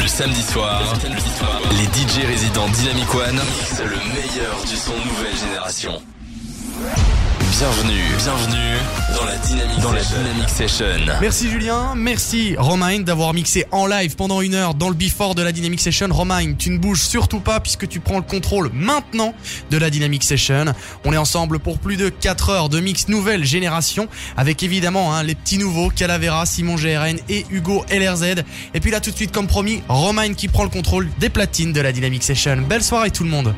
Le samedi soir, les DJ résidents Dynamic One mixent le meilleur du son nouvelle génération. Bienvenue dans la Dynamic Session. Merci Julien, merci Romain d'avoir mixé en live pendant 1 heure dans le before de la Dynamic Session. Romain, tu ne bouges surtout pas puisque tu prends le contrôle maintenant de la Dynamic Session. On est ensemble pour plus de 4 heures de mix nouvelle génération avec évidemment les petits nouveaux Calavera, Simon GRN et Hugo LRZ. Et puis là tout de suite comme promis, Romain qui prend le contrôle des platines de la Dynamic Session. Belle soirée tout le monde.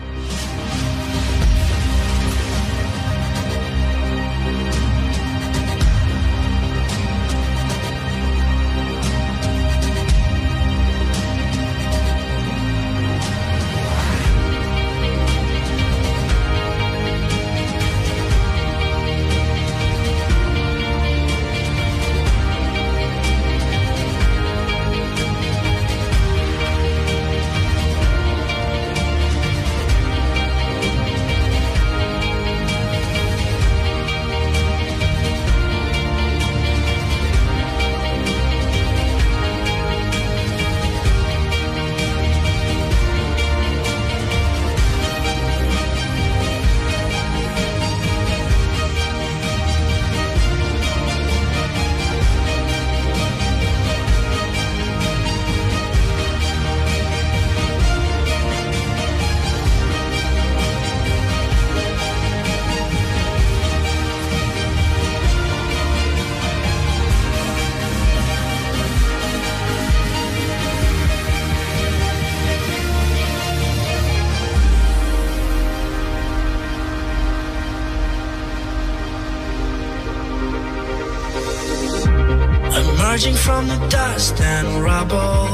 Emerging from the dust and rubble,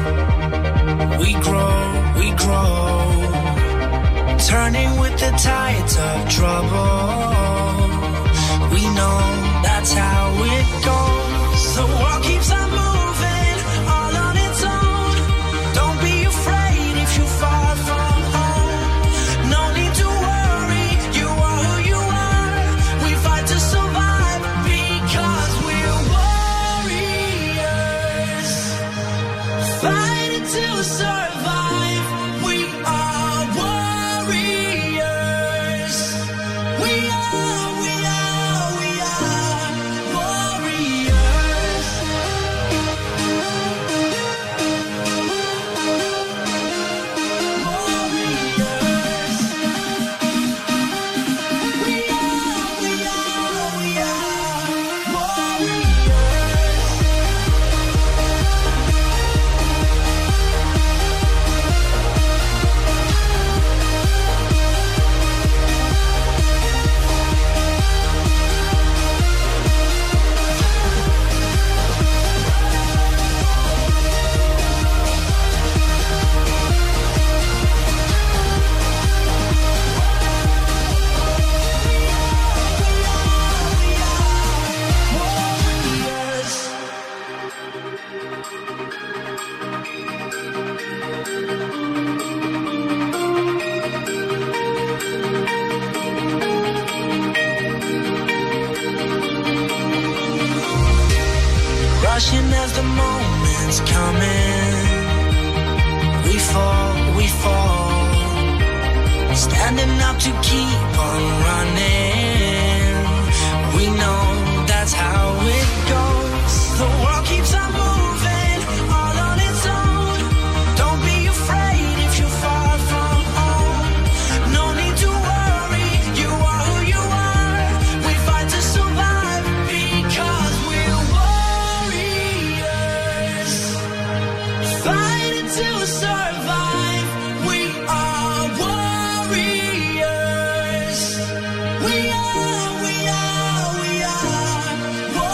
we grow, turning with the tides of trouble. We know that's how it goes. The world keeps on moving, all on its own. Don't be afraid if you fall from home. No need to worry, you are who you are. We fight to survive because we're warriors. Fighting to survive, we are warriors. We are warriors. Rushing as the moment's coming, we fall, standing up to keep on running. We know that's how it goes. The world keeps on moving, all on its own. Don't be afraid if you fall from home. No need to worry, you are who you are. We fight to survive because we're warriors. Fighting to survive, we are warriors. We are warriors.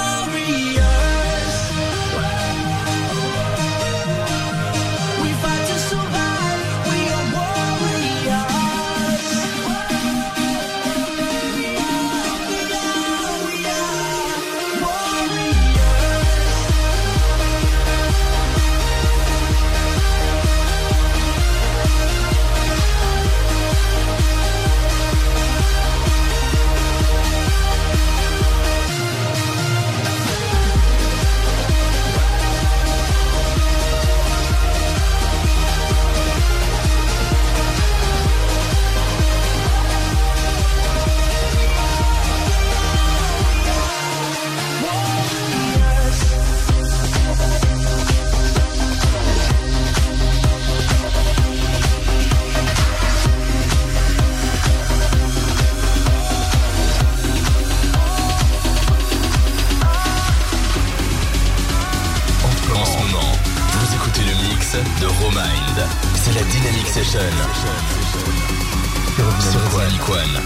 de Romind. C'est la Dynamic Session. Sur Dynamic One.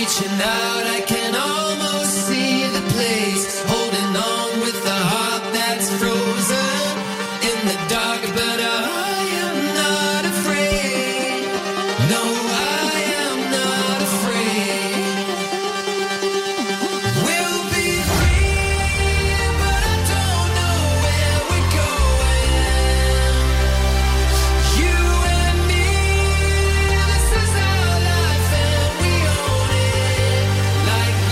reaching out, I can almost see the place. Holding on with a heart that's frozen in the dark, but I am not afraid. No, I am not afraid. We'll be free, but I don't know where we're going. You and me, this is our life and we own it. Like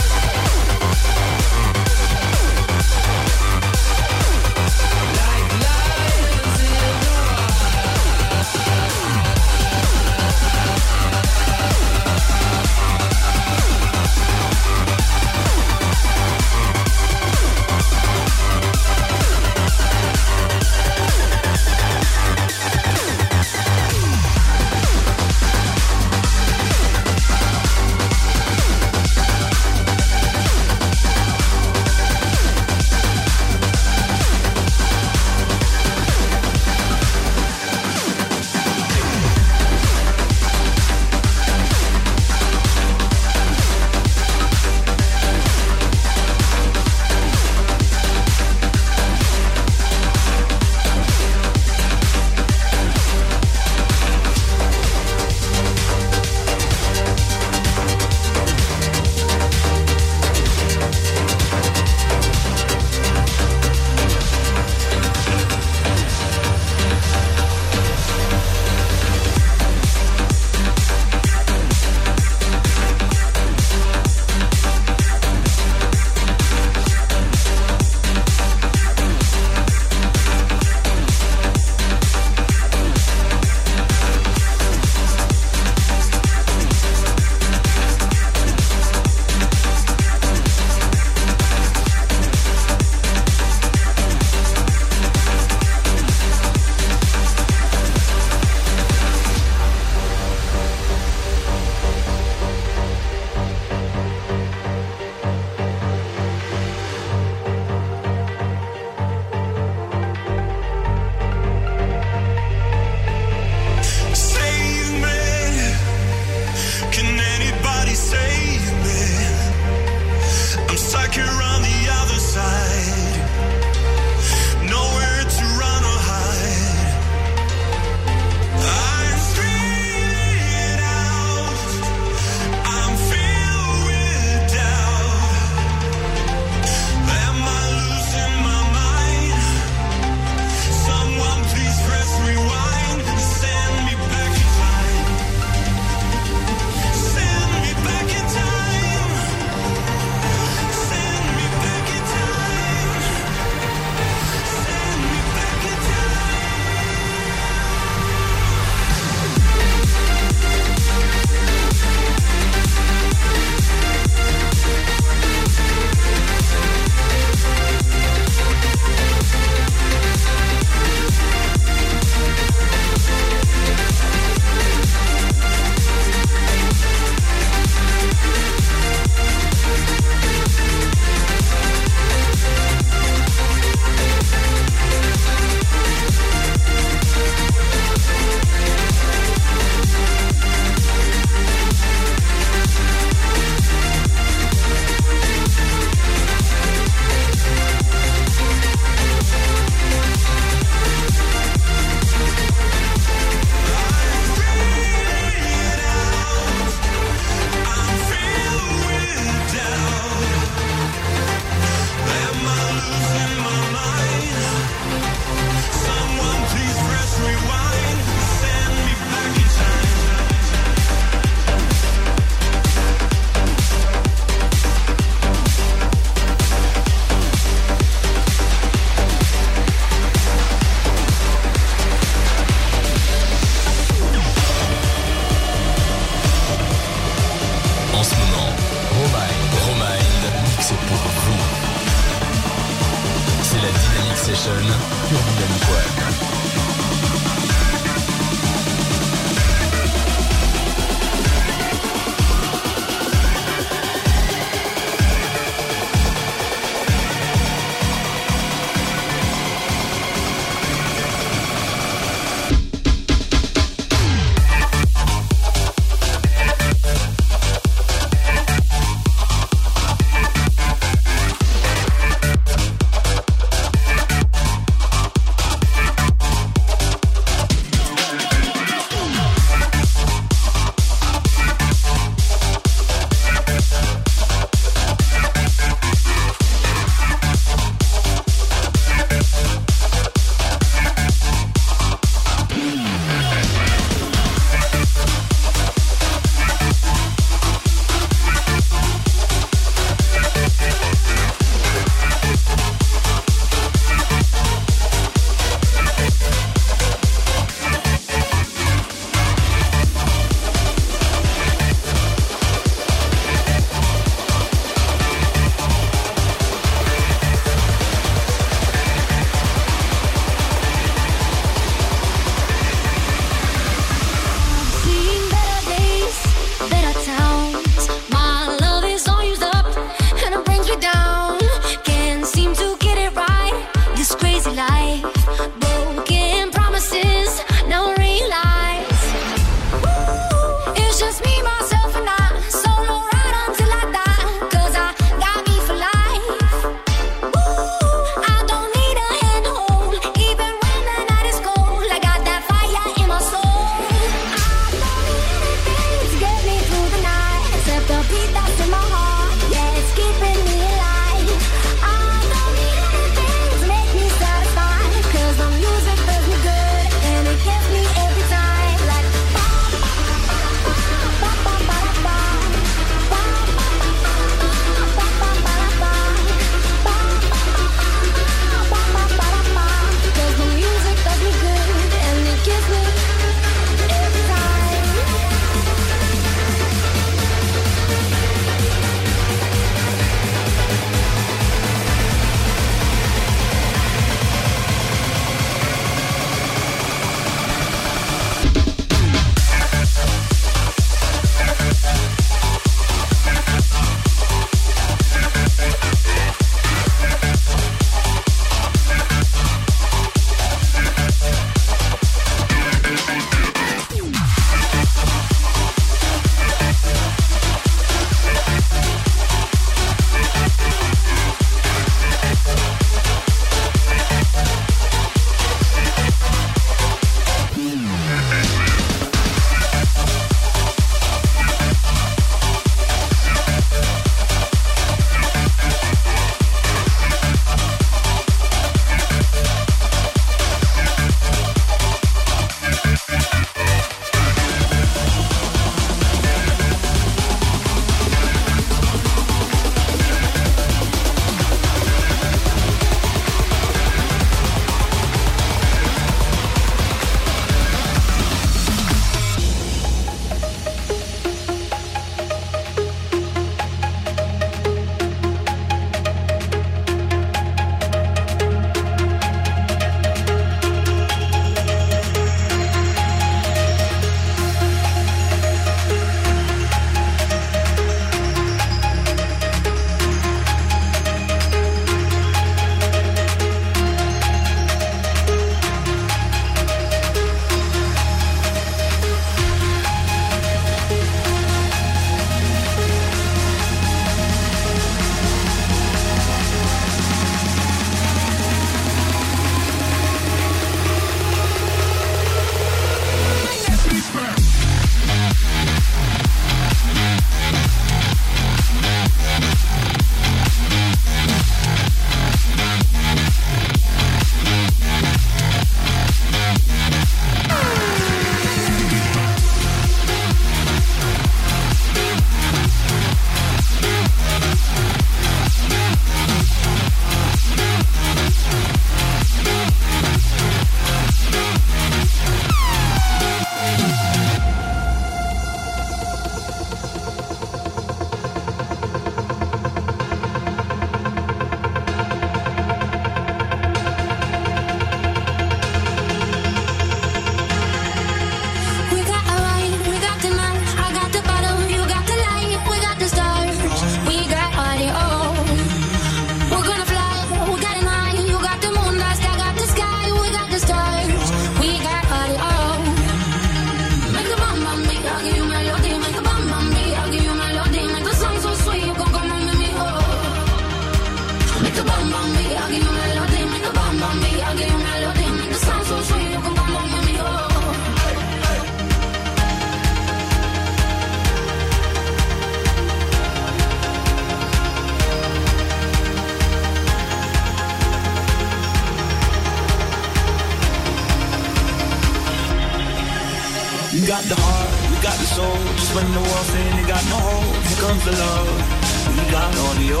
got the heart, we got the soul. Just when the world saying they got no hope, here comes the love. We got audio.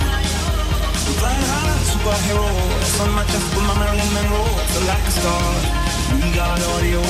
We flying high, superhero. Sun my chest with my Marilyn Monroe. Feel like a star. We got audio.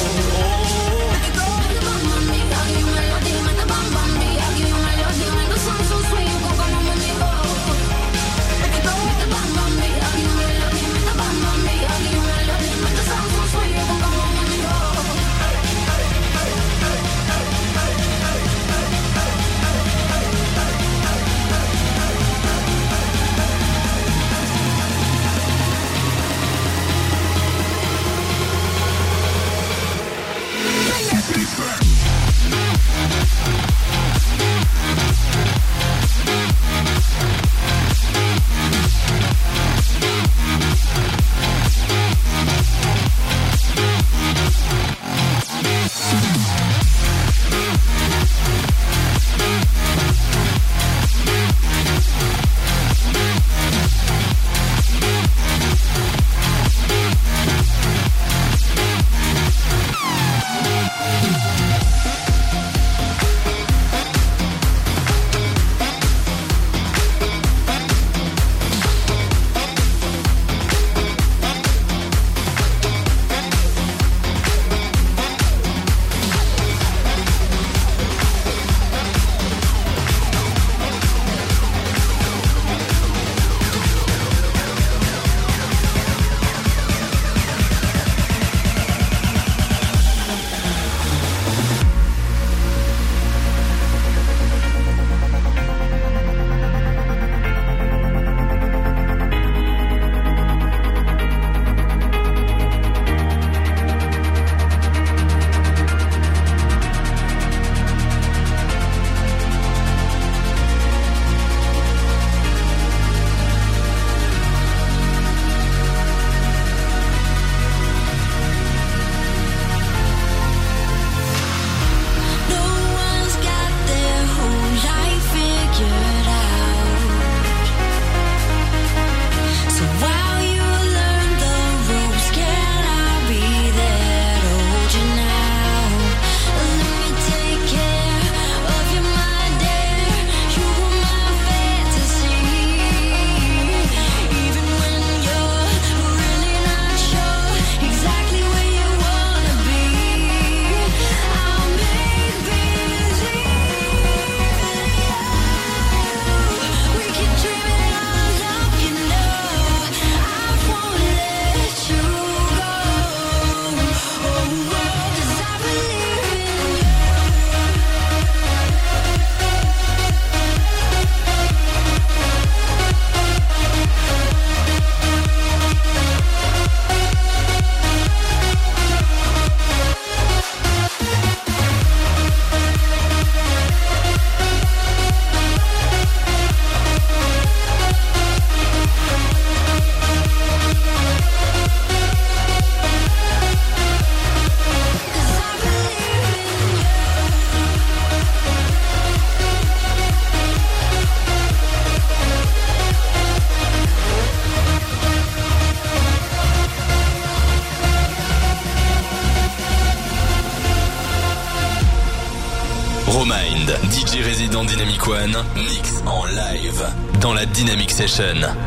Romind, DJ résident Dynamic One, mix en live dans la Dynamic Session.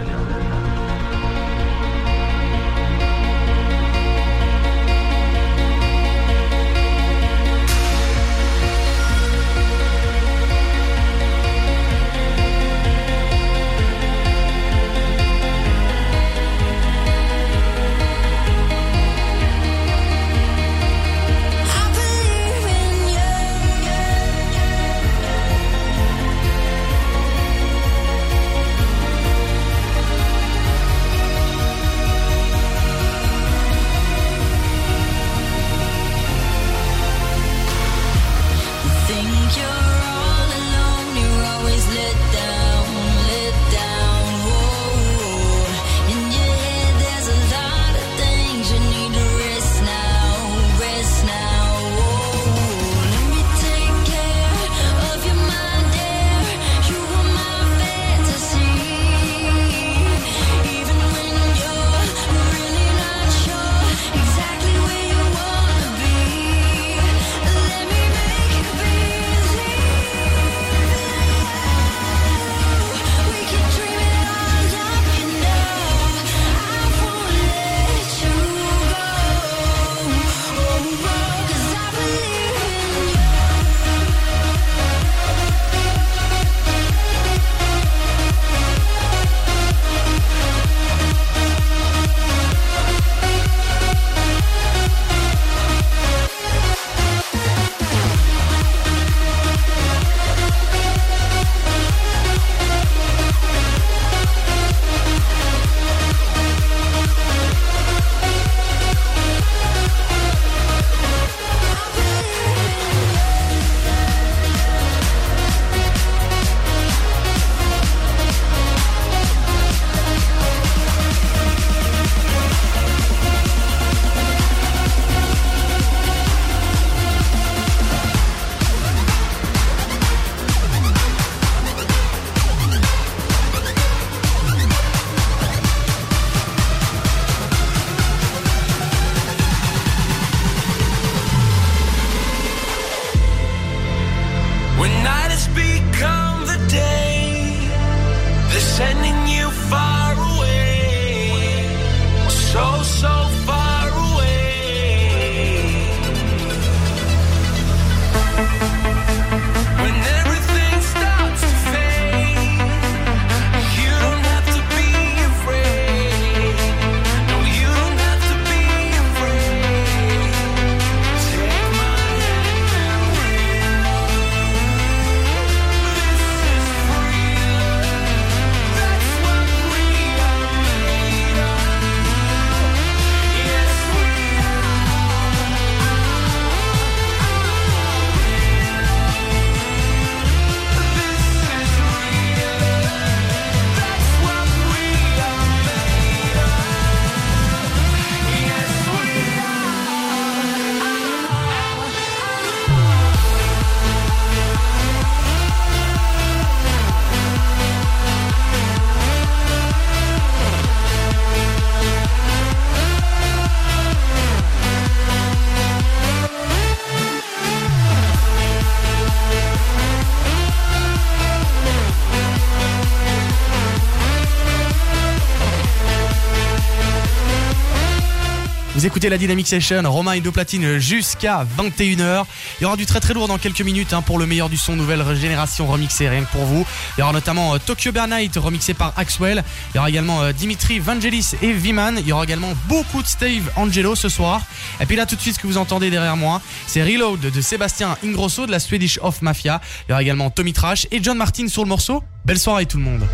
Vous écoutez la Dynamic Session, Romain et de platine jusqu'à 21h. Il y aura du très très lourd dans quelques minutes pour le meilleur du son, nouvelle génération remixée rien que pour vous. Il y aura notamment Tokyo Bear Night remixé par Axwell. Il y aura également Dimitri Vangelis et Viman. Il y aura également beaucoup de Steve Angelo ce soir. Et puis là tout de suite ce que vous entendez derrière moi, c'est Reload de Sébastien Ingrosso de la Swedish Off Mafia. Il y aura également Tommy Trash et John Martin sur le morceau. Belle soirée tout le monde.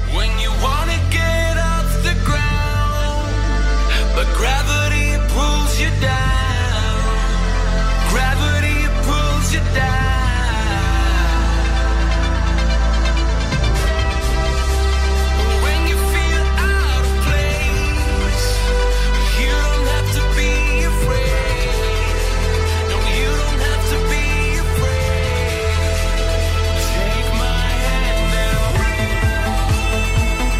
You down, gravity pulls you down. When you feel out of place, you don't have to be afraid. No, you don't have to be afraid. Take my hand and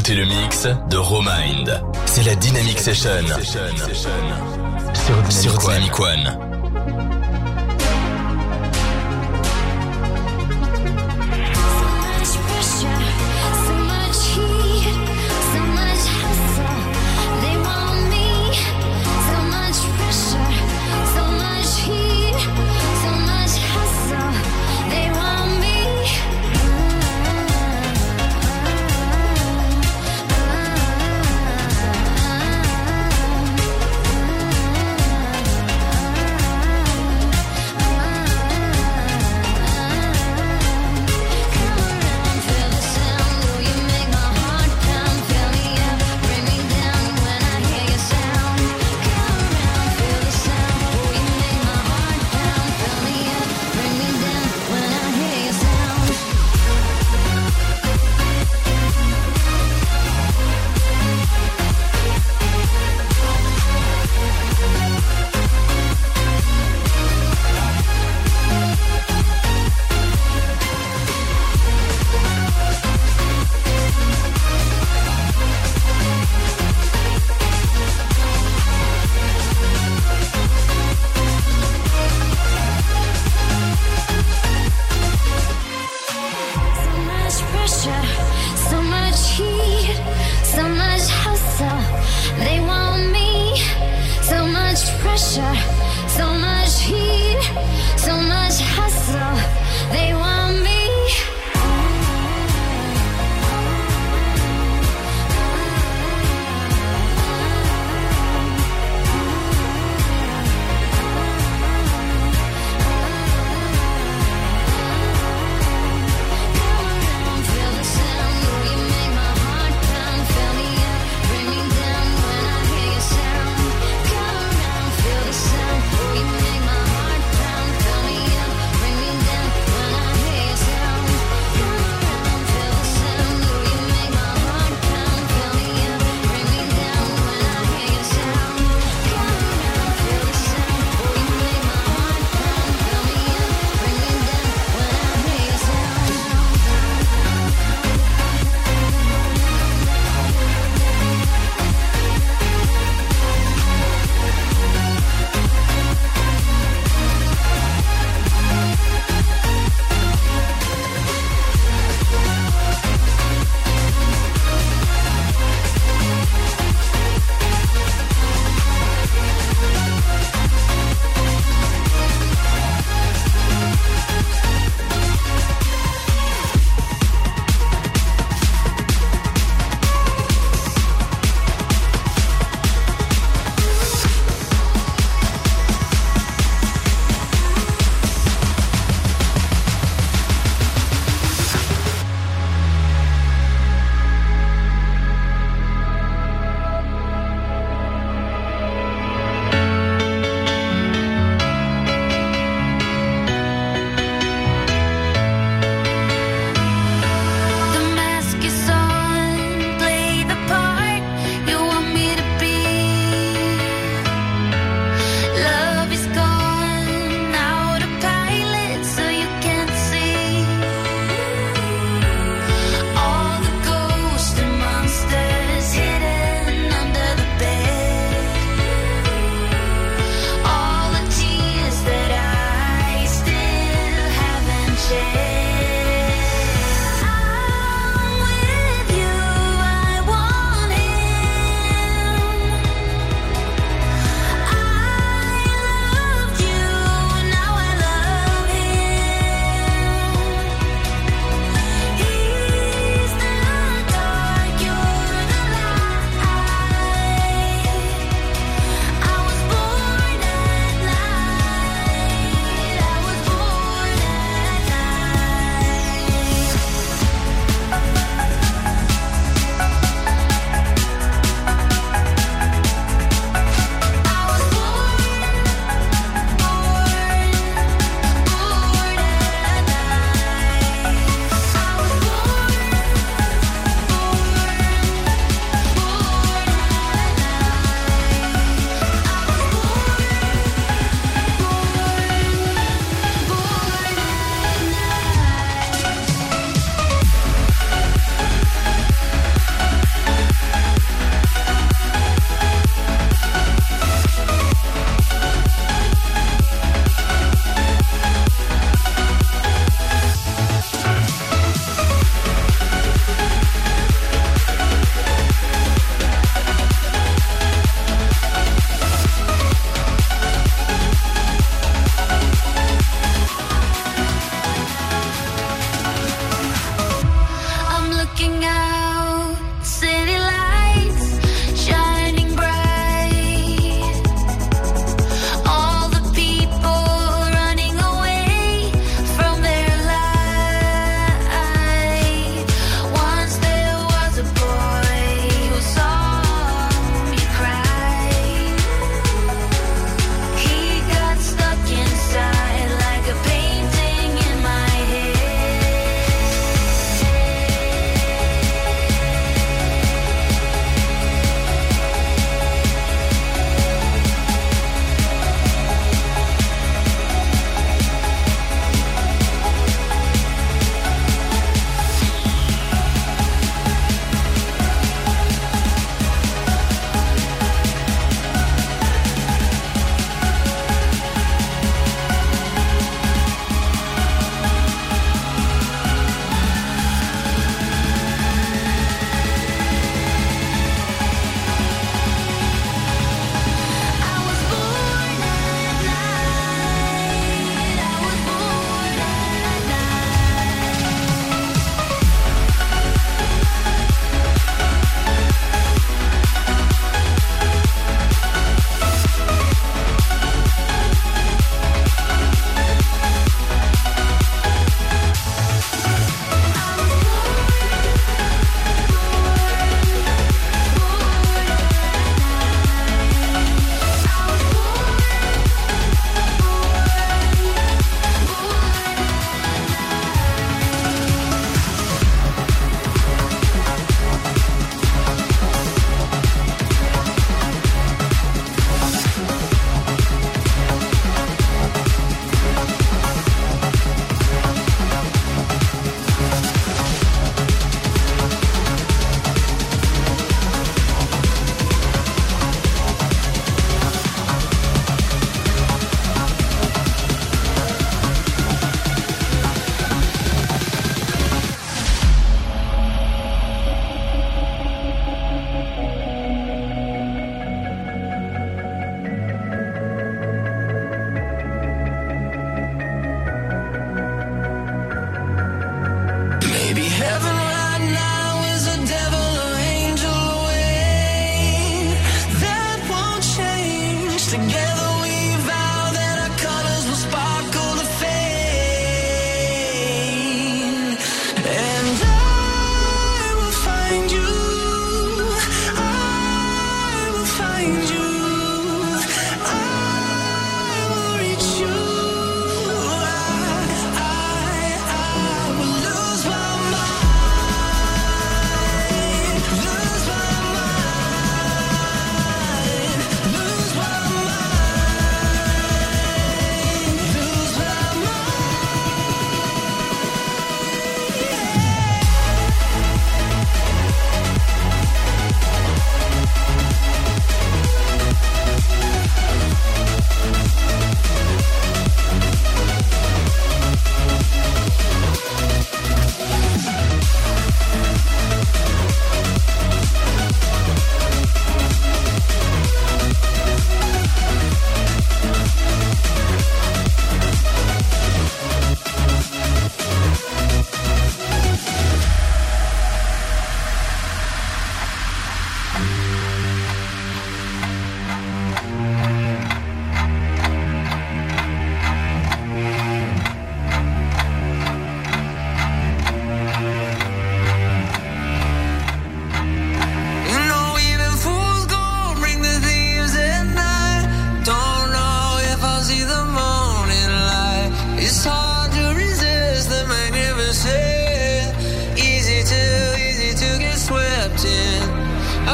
écoutez le mix de Romind. C'est la Dynamic Session. Sur Dynamic One. I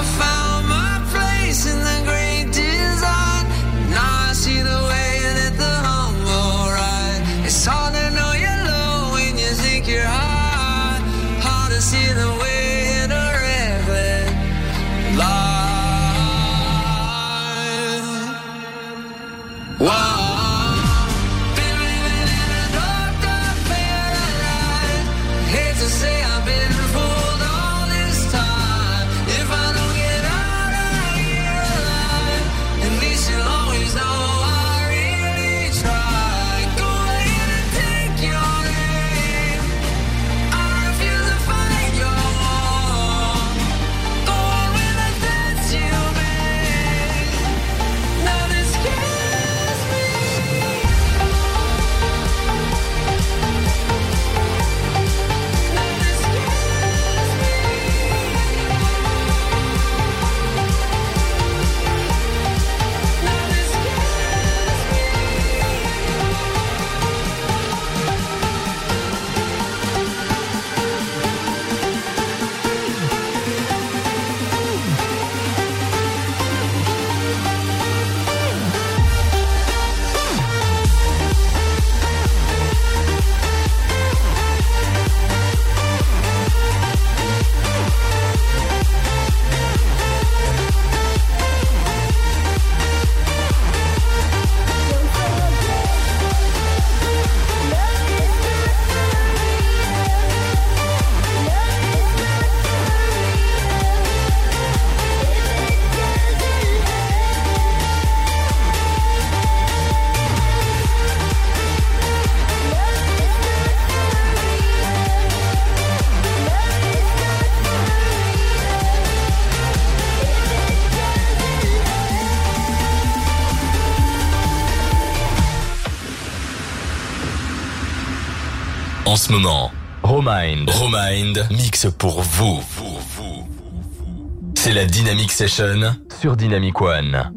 I found my place in the great design. Now I see the way that the humble ride. It's hard to know you're low when you think you're high. Hard to see the way in a reckless life. Wow. En ce moment, Romind mixe pour vous. C'est la Dynamic Session sur Dynamic One.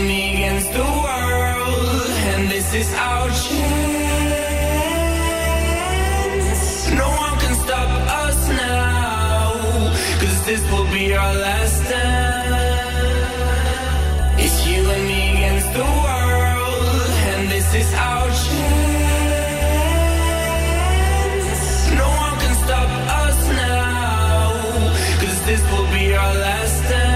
and me against the world, and this is our chance. No one can stop us now, 'cause this will be our last stand. It's you and me against the world, and this is our chance. No one can stop us now, 'cause this will be our last stand.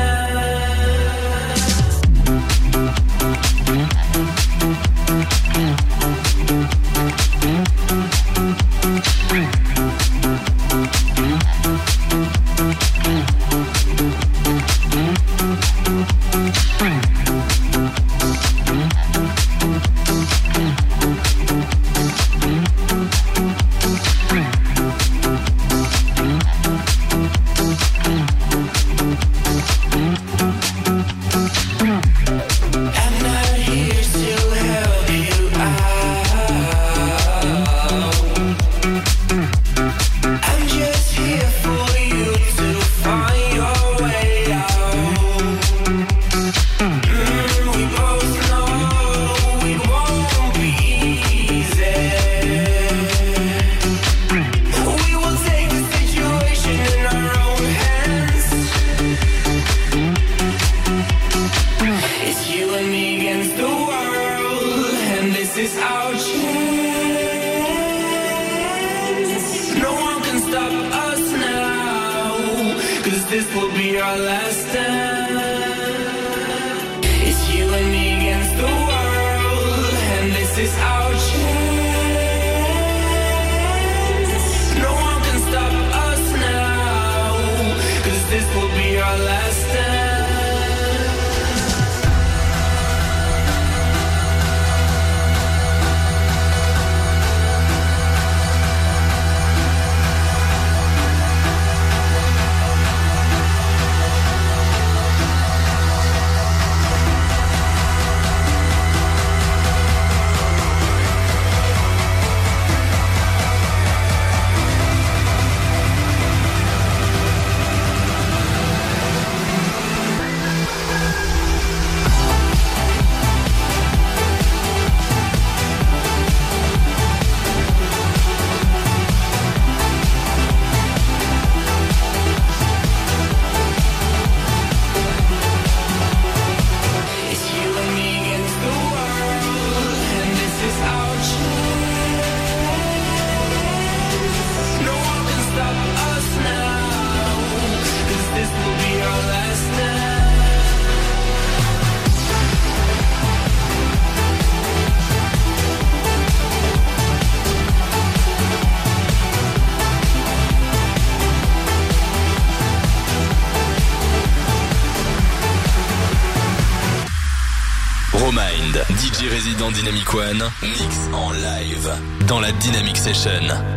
Romind, DJ résident Dynamic One, mix en live dans la Dynamic Session.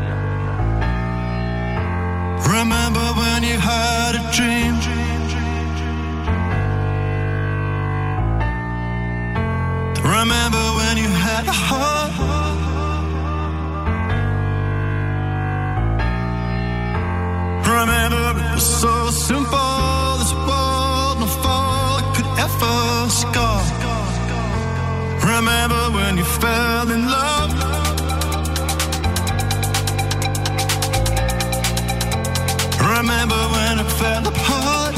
Remember when you had a dream? Remember when you had a heart? Remember it was so simple, this world no fall could ever scar. Remember when you fell in love? Remember when it fell apart?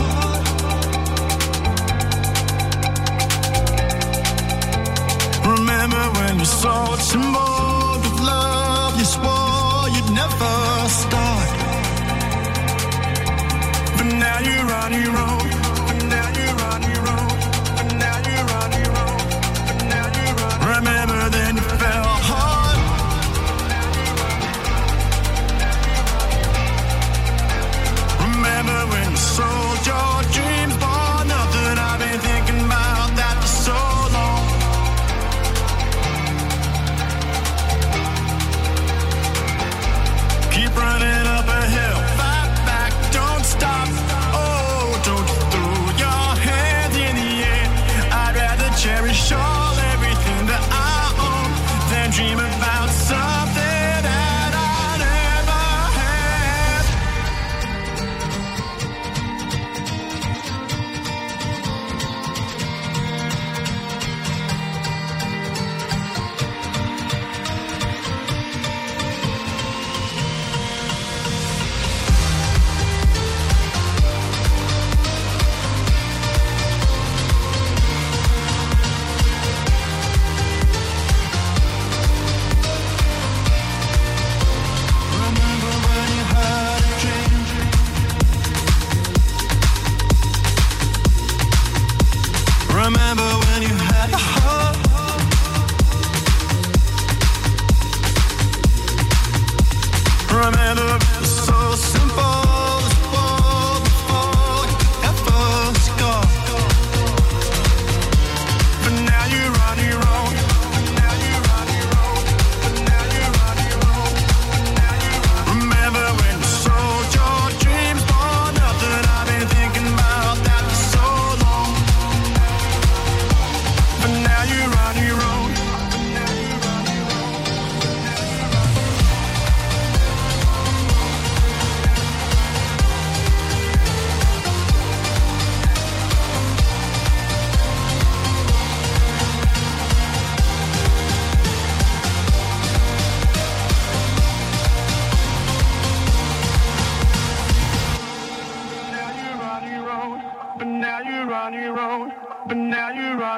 Remember when you saw it symbol of love? You swore you'd never start. But now you're on your own. But now you're on your own. But now you're on your own. But now you're on. Remember then you fell hard. Remember when you sold your dreams for nothing? I've been thinking about that for so long. Keep running up a hill, fight back, don't stop. Oh, don't you throw your hands in the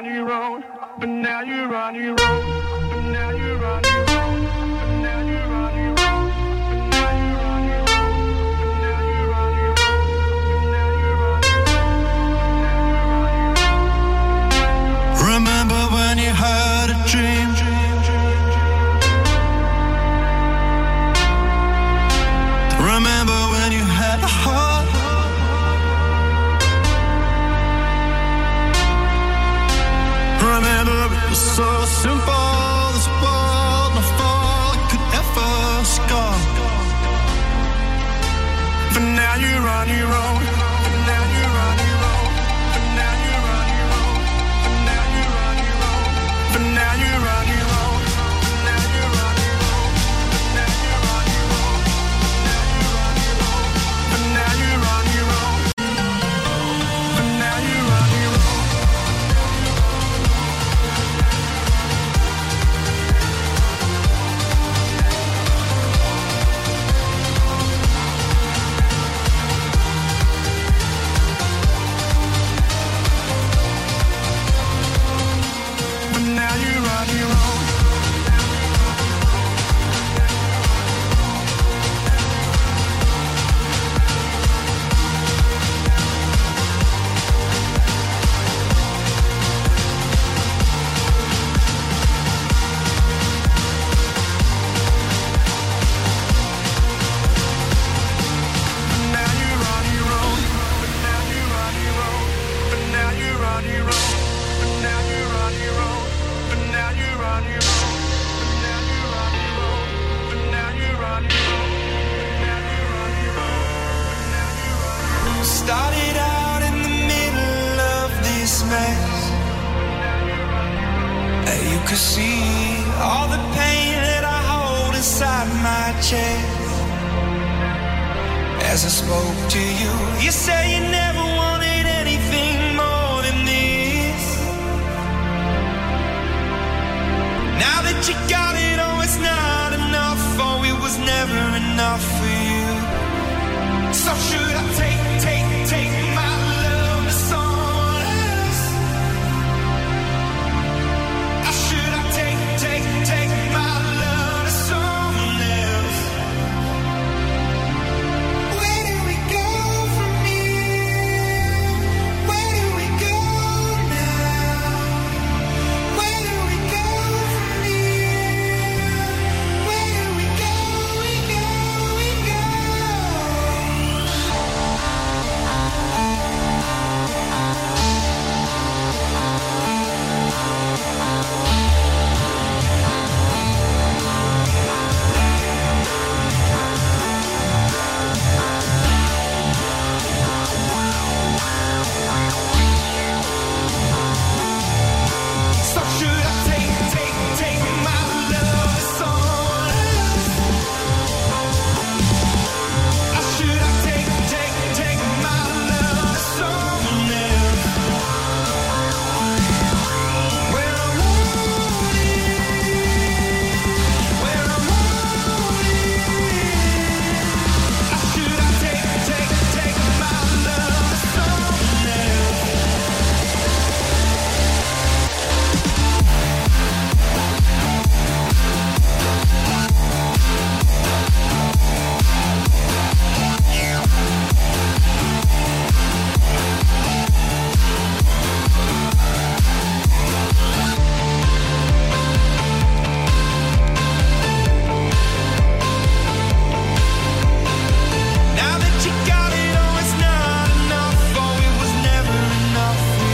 on your own, but now you're on your own, but now you're on your own, but now you're on your own, but now you're on your own, but now you're on your own, but now you're on your own. Remember when you had a dream? Remember when you had a heart? Remember it was so simple, this world, no fall could ever scar. But now you're on your own, but now you're on your own, but now you're on your own, but now you're on your own, but now you're on your own, but now you're on your own, but now you're on your own, but now you're on your own, but now you're on your own. Started out in the middle of this mess. You could see all the pain that I hold inside my chest. As I spoke to you, you say you never wanted anything more than this. Now that you got it, oh, it's not enough. Oh, it was never enough for you. So should I take my love to someone else? Or should I take my love to someone else? Where do we go from here? Where do we go now? Where do we go from here? Where do we go, we go, we go? So should I take my love to someone else? Or should I take my love to someone else? Where I want it, where I want it. Or should I take my love to someone else? Now that you got it, oh, it's not enough. Oh, it was never enough for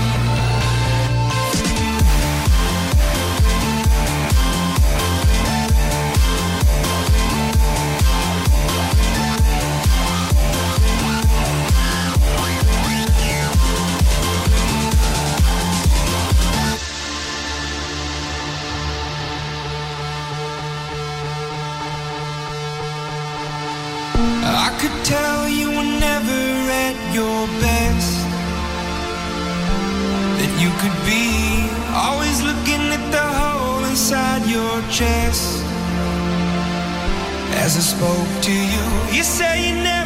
I could tell you were never at your best, that you could be always looking at the hole inside your chest. As I spoke to you, you say you never